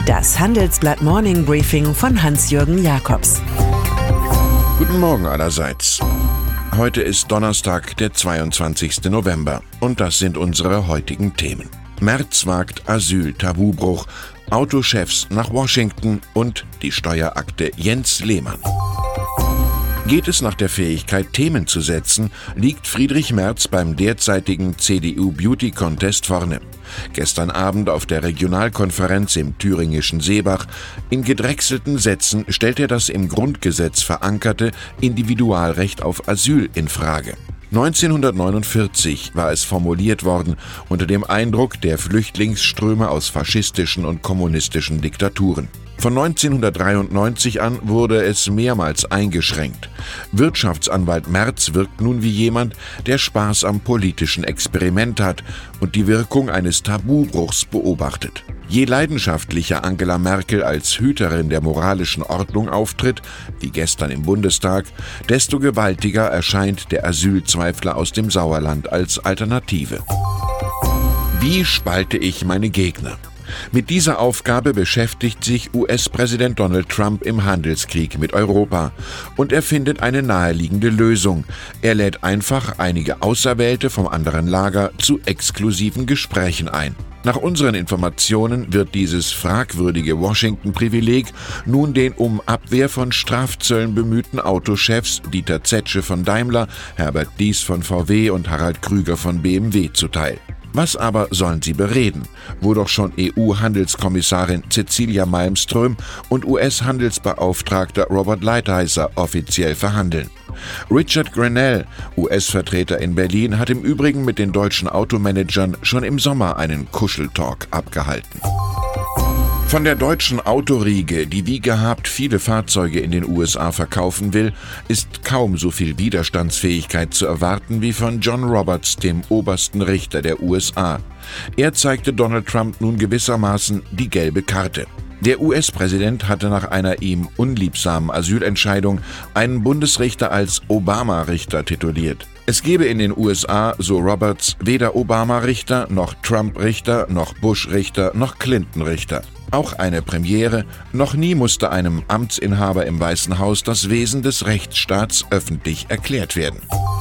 Das Handelsblatt Morning Briefing von Hans-Jürgen Jakobs. Guten Morgen allerseits. Heute ist Donnerstag, der 22. November und das sind unsere heutigen Themen. Merz wagt Asyl-Tabubruch, Autochefs nach Washington und die Steuerakte Jens Lehmann. Geht es nach der Fähigkeit, Themen zu setzen, liegt Friedrich Merz beim derzeitigen CDU-Beauty-Contest vorne. Gestern Abend auf der Regionalkonferenz im thüringischen Seebach in gedrechselten Sätzen stellt er das im Grundgesetz verankerte Individualrecht auf Asyl in Frage. 1949 war es formuliert worden unter dem Eindruck der Flüchtlingsströme aus faschistischen und kommunistischen Diktaturen. Von 1993 an wurde es mehrmals eingeschränkt. Wirtschaftsanwalt Merz wirkt nun wie jemand, der Spaß am politischen Experiment hat und die Wirkung eines Tabubruchs beobachtet. Je leidenschaftlicher Angela Merkel als Hüterin der moralischen Ordnung auftritt, wie gestern im Bundestag, desto gewaltiger erscheint der Asylzweifler aus dem Sauerland als Alternative. Wie spalte ich meine Gegner? Mit dieser Aufgabe beschäftigt sich US-Präsident Donald Trump im Handelskrieg mit Europa und er findet eine naheliegende Lösung. Er lädt einfach einige Auserwählte vom anderen Lager zu exklusiven Gesprächen ein. Nach unseren Informationen wird dieses fragwürdige Washington-Privileg nun den um Abwehr von Strafzöllen bemühten Autochefs Dieter Zetsche von Daimler, Herbert Diess von VW und Harald Krüger von BMW zuteil. Was aber sollen sie bereden, wo doch schon EU-Handelskommissarin Cecilia Malmström und US-Handelsbeauftragter Robert Lighthizer offiziell verhandeln? Richard Grenell, US-Vertreter in Berlin, hat im Übrigen mit den deutschen Automanagern schon im Sommer einen Kuscheltalk abgehalten. Von der deutschen Autoriege, die wie gehabt viele Fahrzeuge in den USA verkaufen will, ist kaum so viel Widerstandsfähigkeit zu erwarten wie von John Roberts, dem obersten Richter der USA. Er zeigte Donald Trump nun gewissermaßen die gelbe Karte. Der US-Präsident hatte nach einer ihm unliebsamen Asylentscheidung einen Bundesrichter als Obama-Richter tituliert. Es gebe in den USA, so Roberts, weder Obama-Richter, noch Trump-Richter, noch Bush-Richter, noch Clinton-Richter. Auch eine Premiere: noch nie musste einem Amtsinhaber im Weißen Haus das Wesen des Rechtsstaats öffentlich erklärt werden.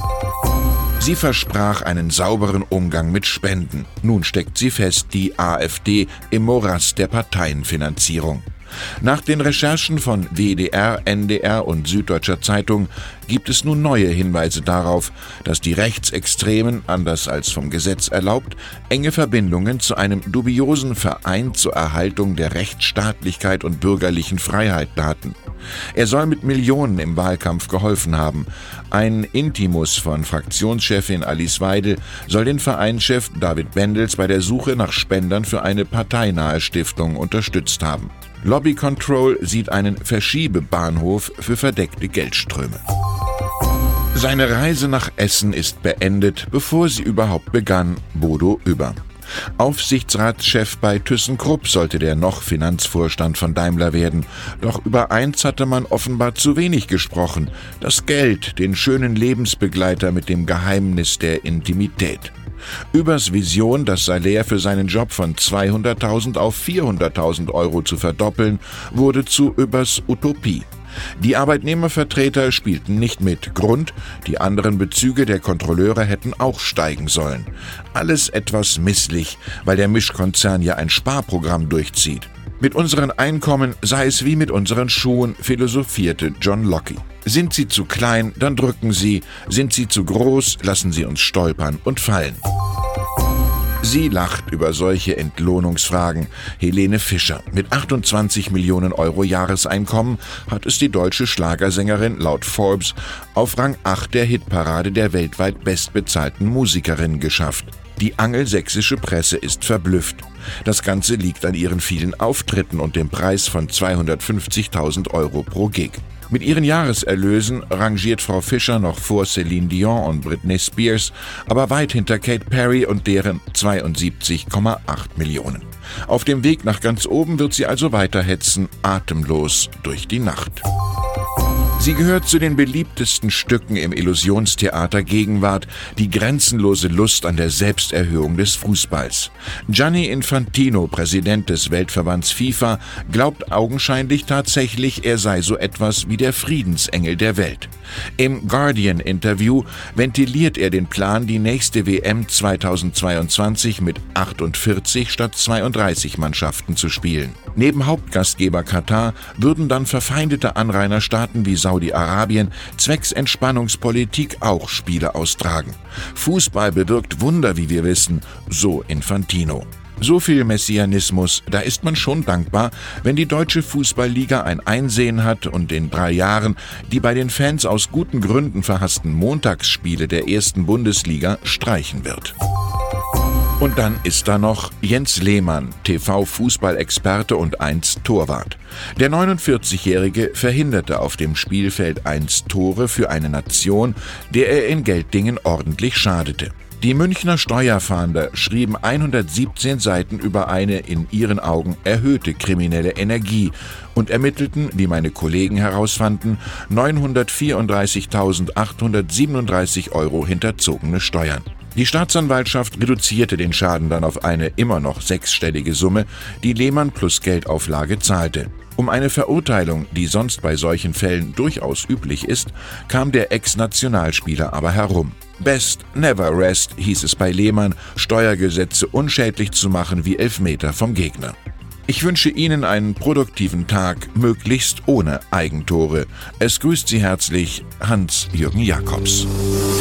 Sie versprach einen sauberen Umgang mit Spenden. Nun steckt sie fest, die AfD im Morast der Parteienfinanzierung. Nach den Recherchen von WDR, NDR und Süddeutscher Zeitung gibt es nun neue Hinweise darauf, dass die Rechtsextremen, anders als vom Gesetz erlaubt, enge Verbindungen zu einem dubiosen Verein zur Erhaltung der Rechtsstaatlichkeit und bürgerlichen Freiheiten hatten. Er soll mit Millionen im Wahlkampf geholfen haben. Ein Intimus von Fraktionschefin Alice Weidel soll den Vereinschef David Bendels bei der Suche nach Spendern für eine parteinahe Stiftung unterstützt haben. Lobby Control sieht einen Verschiebebahnhof für verdeckte Geldströme. Seine Reise nach Essen ist beendet, bevor sie überhaupt begann, Bodo Ueber. Aufsichtsratschef bei ThyssenKrupp sollte der noch Finanzvorstand von Daimler werden. Doch über eins hatte man offenbar zu wenig gesprochen: das Geld, den schönen Lebensbegleiter mit dem Geheimnis der Intimität. Uebers Vision, das Salär für seinen Job von 200.000 auf 400.000 Euro zu verdoppeln, wurde zu Uebers Utopie. Die Arbeitnehmervertreter spielten nicht mit. Grund: die anderen Bezüge der Kontrolleure hätten auch steigen sollen. Alles etwas misslich, weil der Mischkonzern ja ein Sparprogramm durchzieht. Mit unseren Einkommen sei es wie mit unseren Schuhen, philosophierte John Locke. Sind sie zu klein, dann drücken sie. Sind sie zu groß, lassen sie uns stolpern und fallen. Sie lacht über solche Entlohnungsfragen. Helene Fischer. Mit 28 Millionen Euro Jahreseinkommen hat es die deutsche Schlagersängerin laut Forbes auf Rang 8 der Hitparade der weltweit bestbezahlten Musikerinnen geschafft. Die angelsächsische Presse ist verblüfft. Das Ganze liegt an ihren vielen Auftritten und dem Preis von 250.000 Euro pro Gig. Mit ihren Jahreserlösen rangiert Frau Fischer noch vor Celine Dion und Britney Spears, aber weit hinter Katy Perry und deren 72,8 Millionen. Auf dem Weg nach ganz oben wird sie also weiterhetzen, atemlos durch die Nacht. Sie gehört zu den beliebtesten Stücken im Illusionstheater Gegenwart, die grenzenlose Lust an der Selbsterhöhung des Fußballs. Gianni Infantino, Präsident des Weltverbands FIFA, glaubt augenscheinlich tatsächlich, er sei so etwas wie der Friedensengel der Welt. Im Guardian-Interview ventiliert er den Plan, die nächste WM 2022 mit 48 statt 32 Mannschaften zu spielen. Neben Hauptgastgeber Katar würden dann verfeindete Anrainerstaaten wie Saudi-Arabien zwecks Entspannungspolitik auch Spiele austragen. Fußball bewirkt Wunder, wie wir wissen, so Infantino. So viel Messianismus, da ist man schon dankbar, wenn die Deutsche Fußballliga ein Einsehen hat und in 3 Jahren die bei den Fans aus guten Gründen verhassten Montagsspiele der ersten Bundesliga streichen wird. Und dann ist da noch Jens Lehmann, TV-Fußballexperte und einst Torwart. Der 49-Jährige verhinderte auf dem Spielfeld einst Tore für eine Nation, der er in Geltingen ordentlich schadete. Die Münchner Steuerfahnder schrieben 117 Seiten über eine in ihren Augen erhöhte kriminelle Energie und ermittelten, wie meine Kollegen herausfanden, 934.837 € hinterzogene Steuern. Die Staatsanwaltschaft reduzierte den Schaden dann auf eine immer noch 6-stellige Summe, die Lehmann plus Geldauflage zahlte. Um eine Verurteilung, die sonst bei solchen Fällen durchaus üblich ist, kam der Ex-Nationalspieler aber herum. Best never rest, hieß es bei Lehmann, Steuergesetze unschädlich zu machen wie Elfmeter vom Gegner. Ich wünsche Ihnen einen produktiven Tag, möglichst ohne Eigentore. Es grüßt Sie herzlich Hans-Jürgen Jakobs.